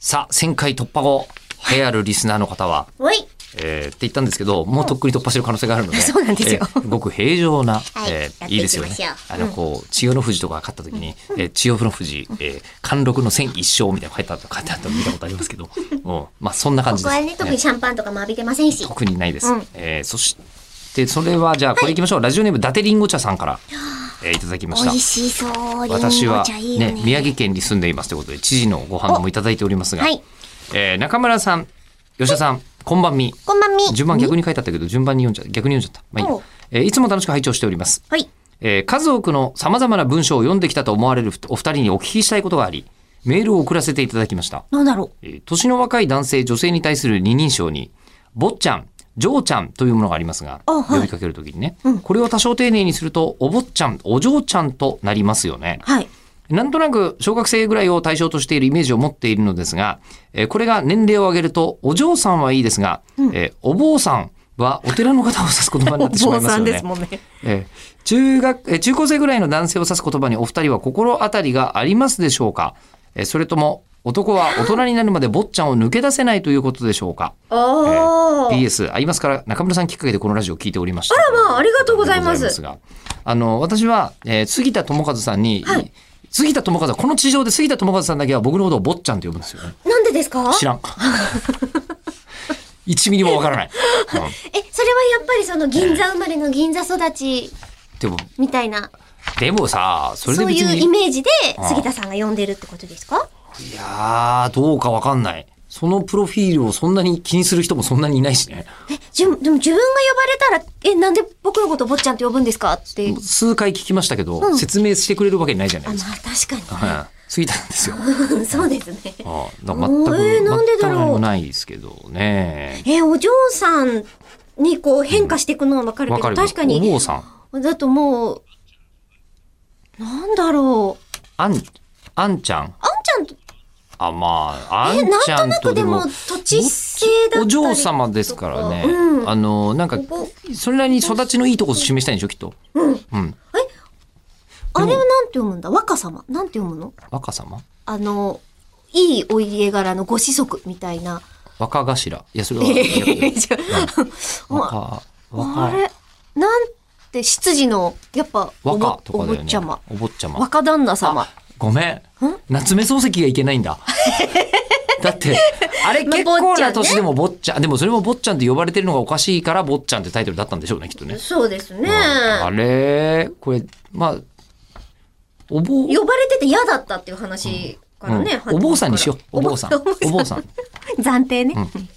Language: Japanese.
さあ、1000回突破後、流行るリスナーの方は、 おい。 って言ったんですけど、もうとっくに突破してる可能性があるので、 そうなんですよ。 ごく平常な、 はいいいですよね。 やっていきましょうこう、千代の富士とか勝った時に、千代の富士、貫禄の1001勝みたいなの書いてあったの見たことありますけど、まあそんな感じです。 ここはね、特にシャンパンとかも浴びてませんし。 特にないです。そして、それはじゃあこれいきましょう。ラジオネーム伊達りんご茶さんから、いただきました。 美味しそう。 私は、 いいよね、 宮城県に住んでいますということで、知事のご飯もいただいておりますが、 はい。 中村さん、吉田さん、こんばんみ。 こんばんみ。 順番逆に書いてあったけど、順番に逆に読んじゃった。まあいい、いつも楽しく拝聴しております。 はい。 数多くの様々な文章を読んできたと思われるお二人にお聞きしたいことがあり、メールを送らせていただきました。 なんだろう。 年の若い男性、女性に対する二人称に、坊ちゃん、嬢ちゃんというものがありますが、 はい呼びかけるときにね、これを多少丁寧にすると、お坊ちゃん、お嬢ちゃんとなりますよね。 はい。 なんとなく小学生ぐらいを対象としているイメージを持っているのですが、これが年齢を上げると、お嬢さんはいいですが、お坊さんはお寺の方を指す言葉になってしまいますよね。 お坊さんですもんね。 中高生ぐらいの男性を指す言葉にお二人は心当たりがありますでしょうか。それとも男は大人になるまで坊ちゃんを抜け出せないということでしょうか。PS ありますから中村さんきっかけでこのラジオを聞いておりました。 あらまあ、ありがとうございます。 私は、杉田智和さんに、杉田智和はこの地上で杉田智和さんだけは僕のことを坊ちゃんと呼ぶんですよね。 なんでですか？ 知らん。1ミリもわからない。 それはやっぱりその銀座生まれの銀座育ちみたいな。 でもさ、それで別にそういうイメージで杉田さんが呼んでるってことですか？ いやー、どうかわかんない。そのプロフィールをそんなに気にする人もそんなにいないしね。 でも自分が呼ばれたら、なんで僕のこと坊ちゃんって呼ぶんですかって。 数回聞きましたけど、説明してくれるわけないじゃないですか。 まあ確かに。 杉田なんですよ。 そうですね。 だから全く、 なんでだろう。 何もないですけどね。 お嬢さんにこう変化していくのはわかるけど、確かに。 お坊さん。 だともう、なんだろう。 あんちゃん。 あんちゃん。 まあ、あんちゃんとでも、 なんとなくでも土地性だったりお嬢様ですからね。なんか、それなりに育ちのいいとこ示したいんでしょ、きっと。 あれはなんて読むんだ？若様。なんて読むの？ 若様？ いいお家柄のご子息みたいな。 若頭。いや、それは。 あれなんて、執事の、やっぱ、お坊ちゃま。 お坊ちゃま。 若旦那様。 ごめん。夏目漱石がいけないんだ。だって、あれ結構な年でも坊ちゃん、でもそれも坊ちゃんって呼ばれてるのがおかしいから坊ちゃんってタイトルだったんでしょうね、きっとね。 そうですね。 あれ、これ、まあ、呼ばれてて嫌だったっていう話からね。 お坊さんにしよう。お坊さん。お坊さん。 暫定ね。